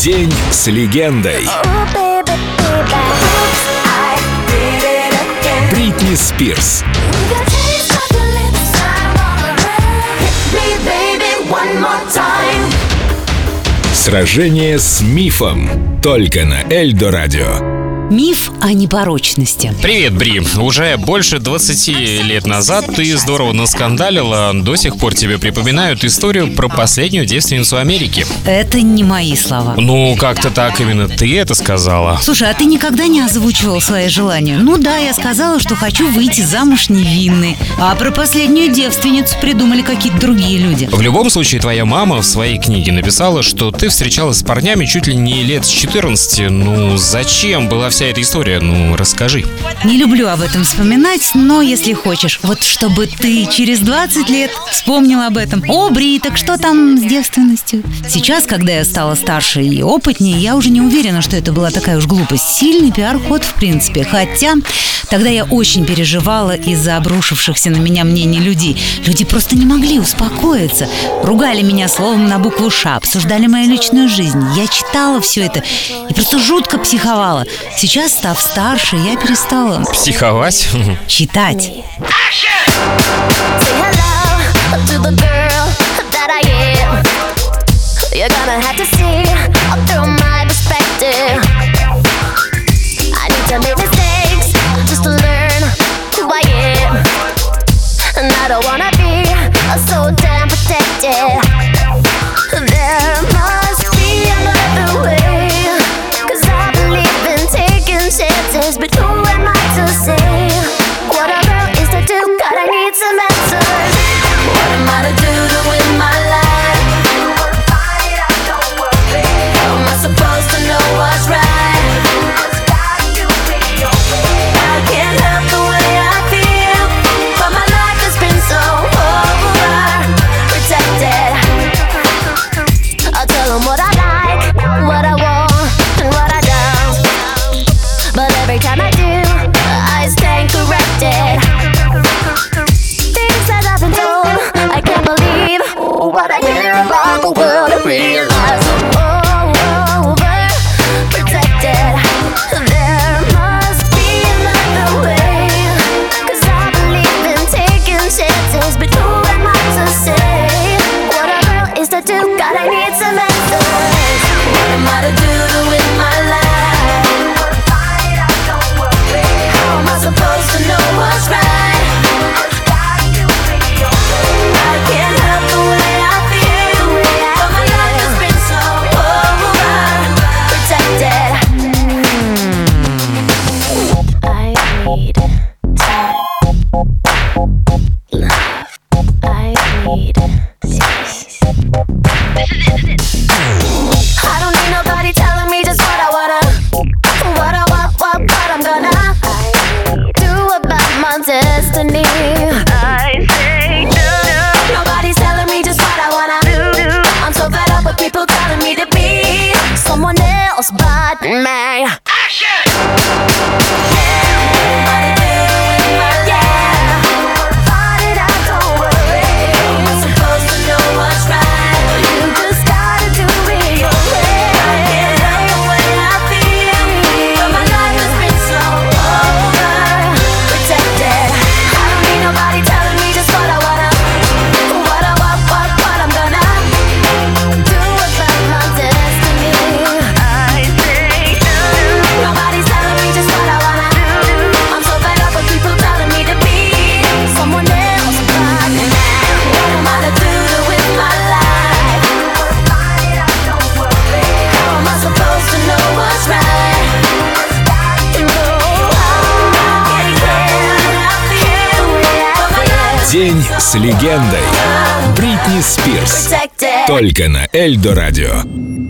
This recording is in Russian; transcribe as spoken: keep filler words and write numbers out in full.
День с легендой. Бритни Спирс. Сражение с мифом. Только на Эльдо Радио. Миф о непорочности. Привет, Бри. Уже больше двадцати лет назад ты здорово наскандалила. До сих пор тебе припоминают историю про последнюю девственницу Америки. Это не мои слова. Ну, как-то так именно ты это сказала. Слушай, а ты никогда не озвучивал свои желания? Ну да, я сказала, что хочу выйти замуж невинной. А про последнюю девственницу придумали какие-то другие люди. В любом случае, твоя мама в своей книге написала, что ты встречалась с парнями чуть ли не лет с четырнадцати. Ну, зачем была вся эта история? Ну, расскажи. Не люблю об этом вспоминать, но если хочешь, вот чтобы ты через двадцать лет вспомнил об этом. О, Бри, так что там с девственностью? Сейчас, когда я стала старше и опытнее, я уже не уверена, что это была такая уж глупость. Сильный пиар-ход, в принципе. Хотя тогда я очень переживала из-за обрушившихся на меня мнений людей. Люди просто не могли успокоиться. Ругали меня словом на букву «Ш», обсуждали мою личную жизнь. Я читала все это и просто жутко психовала. Сейчас, став старше, я перестала психовать? Читать. But who am I to say what a girl is to do? God, I need some answers. What am I to do to win my life? Find it out, don't worry. How am I supposed to know what's right? I can't help the way I feel, but my life has been so overprotected. I'll tell them what I like, what I want, and what I don't. But every time I do, I stand corrected. Things that I've been told, I can't believe what I hear about the world and realize I'm overprotected. There must be another way, 'cause I believe in taking chances. But who am I to say what a girl is to do? God, I need some answers. What am I to do to win my life? Supposed to know what's right. I can't help the way I feel, but my life has been so overprotected. I need time, love. I need peace. I don't need nobody telling me just what I wanna, what I want, what, what I'm gonna destiny. I say no, no. Nobody's telling me just what I wanna do. I'm so fed up with people telling me to be someone else but me. Action! День с легендой. Бритни Спирс. Только на Эльдо Радио.